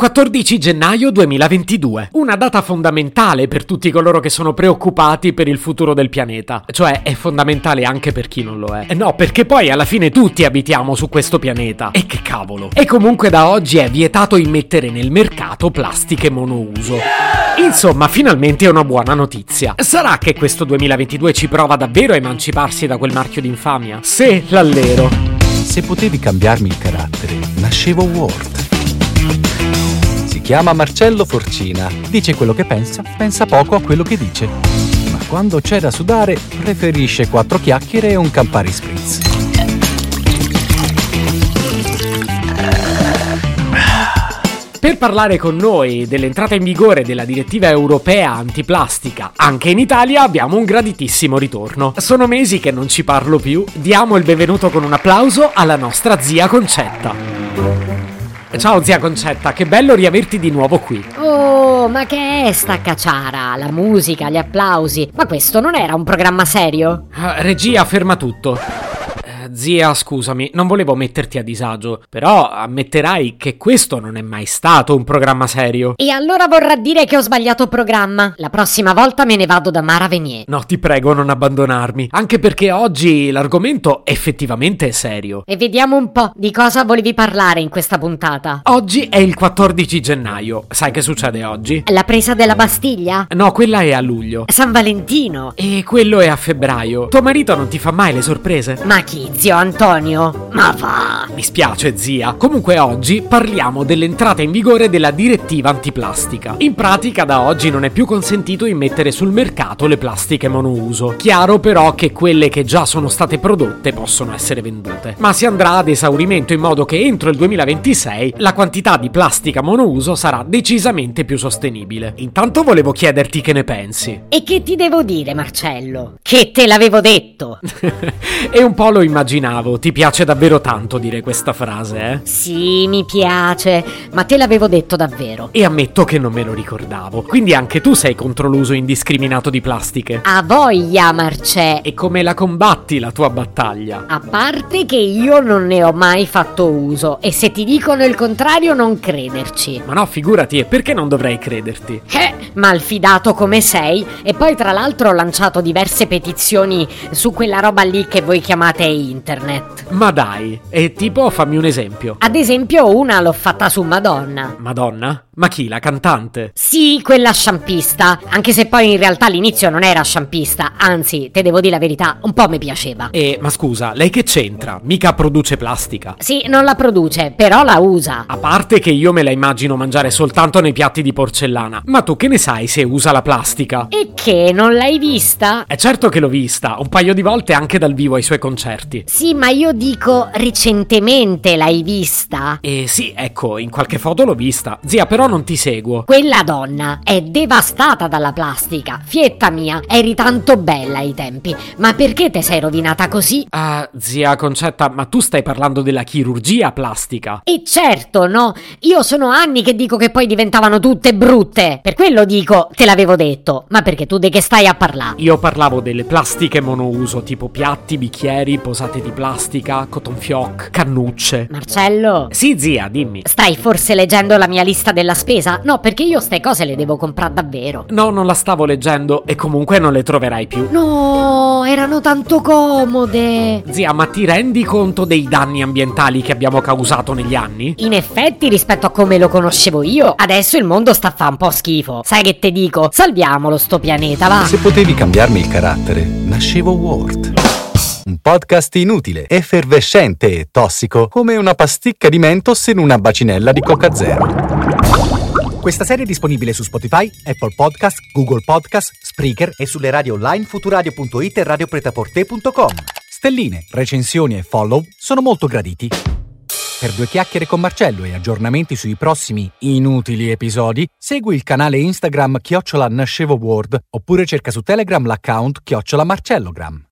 14 gennaio 2022, una data fondamentale per tutti coloro che sono preoccupati per il futuro del pianeta, cioè è fondamentale anche per chi non lo è. No, perché poi alla fine tutti abitiamo su questo pianeta, e che cavolo. E comunque da oggi è vietato immettere nel mercato plastiche monouso. Insomma, finalmente è una buona notizia. Sarà che questo 2022 ci prova davvero a emanciparsi da quel marchio d'infamia? Se l'allero. Se potevi cambiarmi il carattere, nascevo Ward. Si chiama Marcello Forcina, dice quello che pensa poco a quello che dice. Ma quando c'è da sudare, preferisce 4 chiacchiere e un Campari Spritz. Per parlare con noi dell'entrata in vigore della direttiva europea antiplastica anche in Italia abbiamo un graditissimo ritorno. Sono mesi che non ci parlo più, diamo il benvenuto con un applauso alla nostra zia Concetta. Ciao zia Concetta, che bello riaverti di nuovo qui. Oh, ma che è sta cacciara? La musica, gli applausi. Ma questo non era un programma serio? Regia, ferma tutto. Zia, scusami, non volevo metterti a disagio, però ammetterai che questo non è mai stato un programma serio. E allora vorrà dire che ho sbagliato programma. La prossima volta me ne vado da Mara Venier. No, ti prego, non abbandonarmi, anche perché oggi l'argomento effettivamente è serio. E vediamo un po' di cosa volevi parlare in questa puntata. Oggi è il 14 gennaio. Sai che succede oggi? La presa della Bastiglia? No, quella è a luglio. San Valentino? E quello è a febbraio. Tuo marito non ti fa mai le sorprese? Ma chi, zio Antonio? Ma va! Mi spiace, zia. Comunque oggi parliamo dell'entrata in vigore della direttiva antiplastica. In pratica da oggi non è più consentito immettere sul mercato le plastiche monouso. Chiaro però che quelle che già sono state prodotte possono essere vendute. Ma si andrà ad esaurimento in modo che entro il 2026 la quantità di plastica monouso sarà decisamente più sostenibile. Intanto volevo chiederti che ne pensi. E che ti devo dire, Marcello? Che te l'avevo detto! E un po' lo immaginavo. Ti piace davvero tanto dire questa frase, eh? Sì, mi piace, ma te l'avevo detto davvero. E ammetto che non me lo ricordavo. Quindi anche tu sei contro l'uso indiscriminato di plastiche? A voglia, Marcè! E come la combatti la tua battaglia? A parte che io non ne ho mai fatto uso, e se ti dicono il contrario non crederci. Ma no, figurati, e perché non dovrei crederti? Malfidato come sei, e poi tra l'altro ho lanciato diverse petizioni su quella roba lì che voi chiamate internet. Ma dai, e tipo fammi un esempio. Ad esempio una l'ho fatta su Madonna. Madonna? Ma chi, la cantante? Sì, quella sciampista, anche se poi in realtà all'inizio non era sciampista, anzi, te devo dire la verità, un po' mi piaceva. Ma scusa, lei che c'entra? Mica produce plastica. Sì, non la produce, però la usa. A parte che io me la immagino mangiare soltanto nei piatti di porcellana, ma tu che ne sai se usa la plastica? E che, non l'hai vista? È certo che l'ho vista, un paio di volte anche dal vivo ai suoi concerti. Sì, ma io dico recentemente l'hai vista? Sì, ecco, in qualche foto l'ho vista. Zia, però non ti seguo. Quella donna è devastata dalla plastica. Fietta mia, eri tanto bella ai tempi. Ma perché te sei rovinata così? Zia Concetta, ma tu stai parlando della chirurgia plastica? E certo, no. Io sono anni che dico che poi diventavano tutte brutte. Per quello dico, te l'avevo detto. Ma perché tu di che stai a parlare? Io parlavo delle plastiche monouso, tipo piatti, bicchieri, posate di plastica, cotton fioc, cannucce. Marcello? Sì, zia, dimmi. Stai forse leggendo la mia lista della spesa? No, perché io ste cose le devo comprare davvero. No, non la stavo leggendo e comunque non le troverai più. No, erano tanto comode. Zia, ma ti rendi conto dei danni ambientali che abbiamo causato negli anni? In effetti, rispetto a come lo conoscevo io, adesso il mondo sta a fa un po' schifo. Sai che te dico? Salviamolo sto pianeta, va. Se potevi cambiarmi il carattere, nascevo Ward. Un podcast inutile, effervescente e tossico, come una pasticca di Mentos in una bacinella di Coca Zero. Questa serie è disponibile su Spotify, Apple Podcast, Google Podcast, Spreaker e sulle radio online futuradio.it e radiopretaporte.com. Stelline, recensioni e follow sono molto graditi. Per 2 chiacchiere con Marcello e aggiornamenti sui prossimi inutili episodi, segui il canale Instagram @NascevoWord oppure cerca su Telegram l'account @MarcelloGram.